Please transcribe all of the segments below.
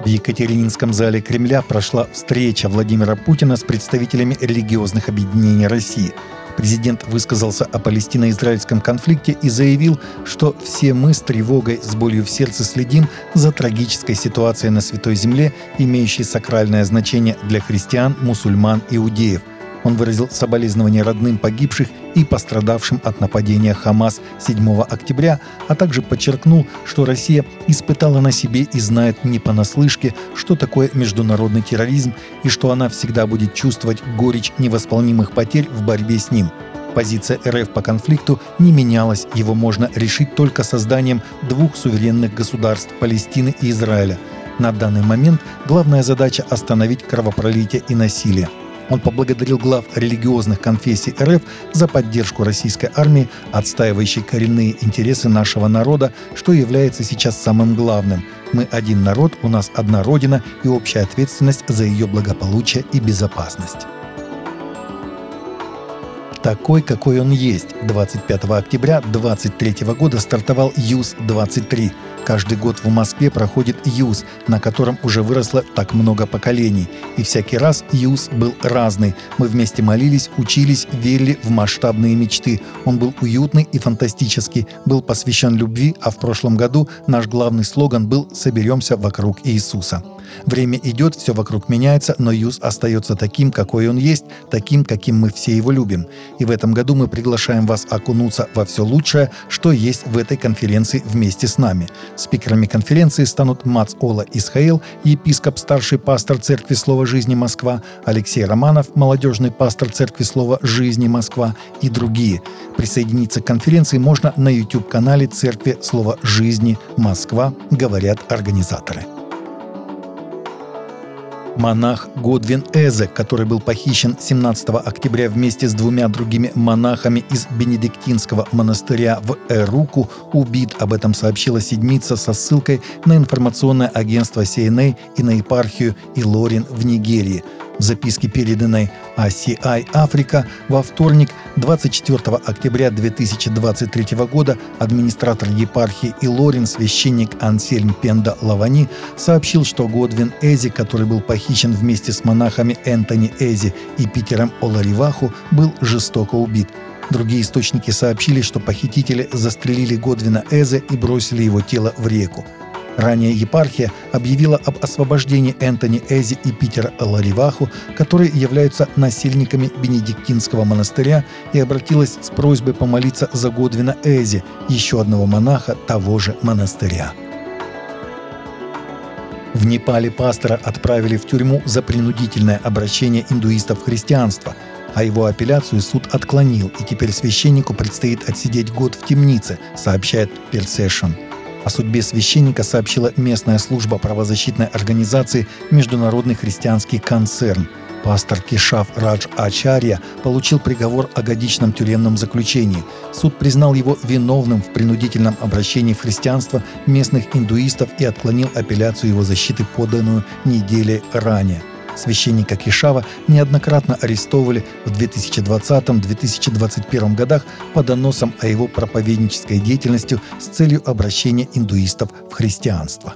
В Екатерининском зале Кремля прошла встреча Владимира Путина с представителями религиозных объединений России. Президент высказался о палестино-израильском конфликте и заявил, что все мы с тревогой, с болью в сердце следим за трагической ситуацией на Святой Земле, имеющей сакральное значение для христиан, мусульман, иудеев. Он выразил соболезнования родным погибших и пострадавшим от нападения ХАМАС 7 октября, а также подчеркнул, что Россия испытала на себе и знает не понаслышке, что такое международный терроризм и что она всегда будет чувствовать горечь невосполнимых потерь в борьбе с ним. Позиция РФ по конфликту не менялась, его можно решить только созданием двух суверенных государств – Палестины и Израиля. На данный момент главная задача – остановить кровопролитие и насилие. Он поблагодарил глав религиозных конфессий РФ за поддержку российской армии, отстаивающей коренные интересы нашего народа, что является сейчас самым главным. Мы один народ, у нас одна родина и общая ответственность за ее благополучие и безопасность. Такой, какой он есть. 25 октября 2023 года стартовал ЮЗ-23. Каждый год в Москве проходит ЮЗ, на котором уже выросло так много поколений. И всякий раз ЮЗ был разный. Мы вместе молились, учились, верили в масштабные мечты. Он был уютный и фантастический, был посвящен любви, а в прошлом году наш главный слоган был «Соберемся вокруг Иисуса». Время идет, все вокруг меняется, но ЮЗ остается таким, какой он есть, таким, каким мы все его любим. И в этом году мы приглашаем вас окунуться во все лучшее, что есть в этой конференции вместе с нами. Спикерами конференции станут Мац Ола Исхаил, епископ, старший пастор Церкви Слова Жизни Москва, Алексей Романов, молодежный пастор Церкви Слова Жизни Москва и другие. Присоединиться к конференции можно на YouTube-канале Церкви Слова Жизни Москва, говорят организаторы. Монах Годвин Эзе, который был похищен 17 октября вместе с двумя другими монахами из Бенедиктинского монастыря в Эруку, убит. Об этом сообщила «Седмица» со ссылкой на информационное агентство CNA и на епархию Илорин в Нигерии. В записке, переданной ACI Африка, во вторник, 24 октября 2023 года, администратор епархии Илорин, священник Ансельм Пенда Лавани, сообщил, что Годвин Эзи, который был похищен вместе с монахами Энтони Эзи и Питером Олариваху, был жестоко убит. Другие источники сообщили, что похитители застрелили Годвина Эзе и бросили его тело в реку. Ранее епархия объявила об освобождении Энтони Эзи и Питера Олариваху, которые являются насельниками Бенедиктинского монастыря, и обратилась с просьбой помолиться за Годвина Эзи, еще одного монаха того же монастыря. В Непале пастора отправили в тюрьму за принудительное обращение индуистов в христианство, а его апелляцию суд отклонил, и теперь священнику предстоит отсидеть год в темнице, сообщает Персешн. О судьбе священника сообщила местная служба правозащитной организации «Международный христианский концерн». Пастор Кешав Радж Ачарья получил приговор о годичном тюремном заключении. Суд признал его виновным в принудительном обращении в христианство местных индуистов и отклонил апелляцию его защиты, поданную недели ранее. Священника Кешава неоднократно арестовывали в 2020-2021 годах по доносам о его проповеднической деятельности с целью обращения индуистов в христианство.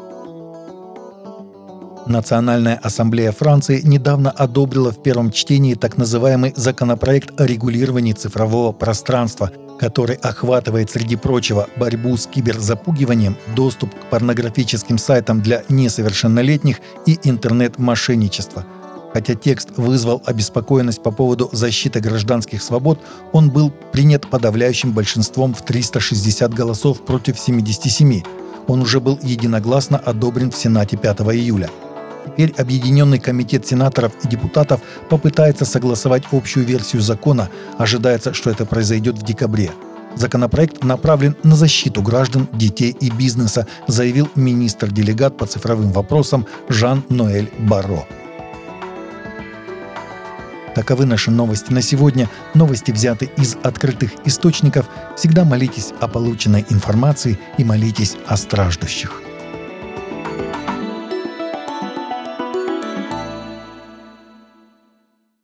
Национальная ассамблея Франции недавно одобрила в первом чтении так называемый законопроект о регулировании цифрового пространства, который охватывает, среди прочего, борьбу с киберзапугиванием, доступ к порнографическим сайтам для несовершеннолетних и интернет-мошенничество. Хотя текст вызвал обеспокоенность по поводу защиты гражданских свобод, он был принят подавляющим большинством в 360 голосов против 77. Он уже был единогласно одобрен в Сенате 5 июля. Теперь Объединенный комитет сенаторов и депутатов попытается согласовать общую версию закона. Ожидается, что это произойдет в декабре. Законопроект направлен на защиту граждан, детей и бизнеса, заявил министр-делегат по цифровым вопросам Жан-Ноэль Барро. Таковы наши новости на сегодня. Новости взяты из открытых источников. Всегда молитесь о полученной информации и молитесь о страждущих.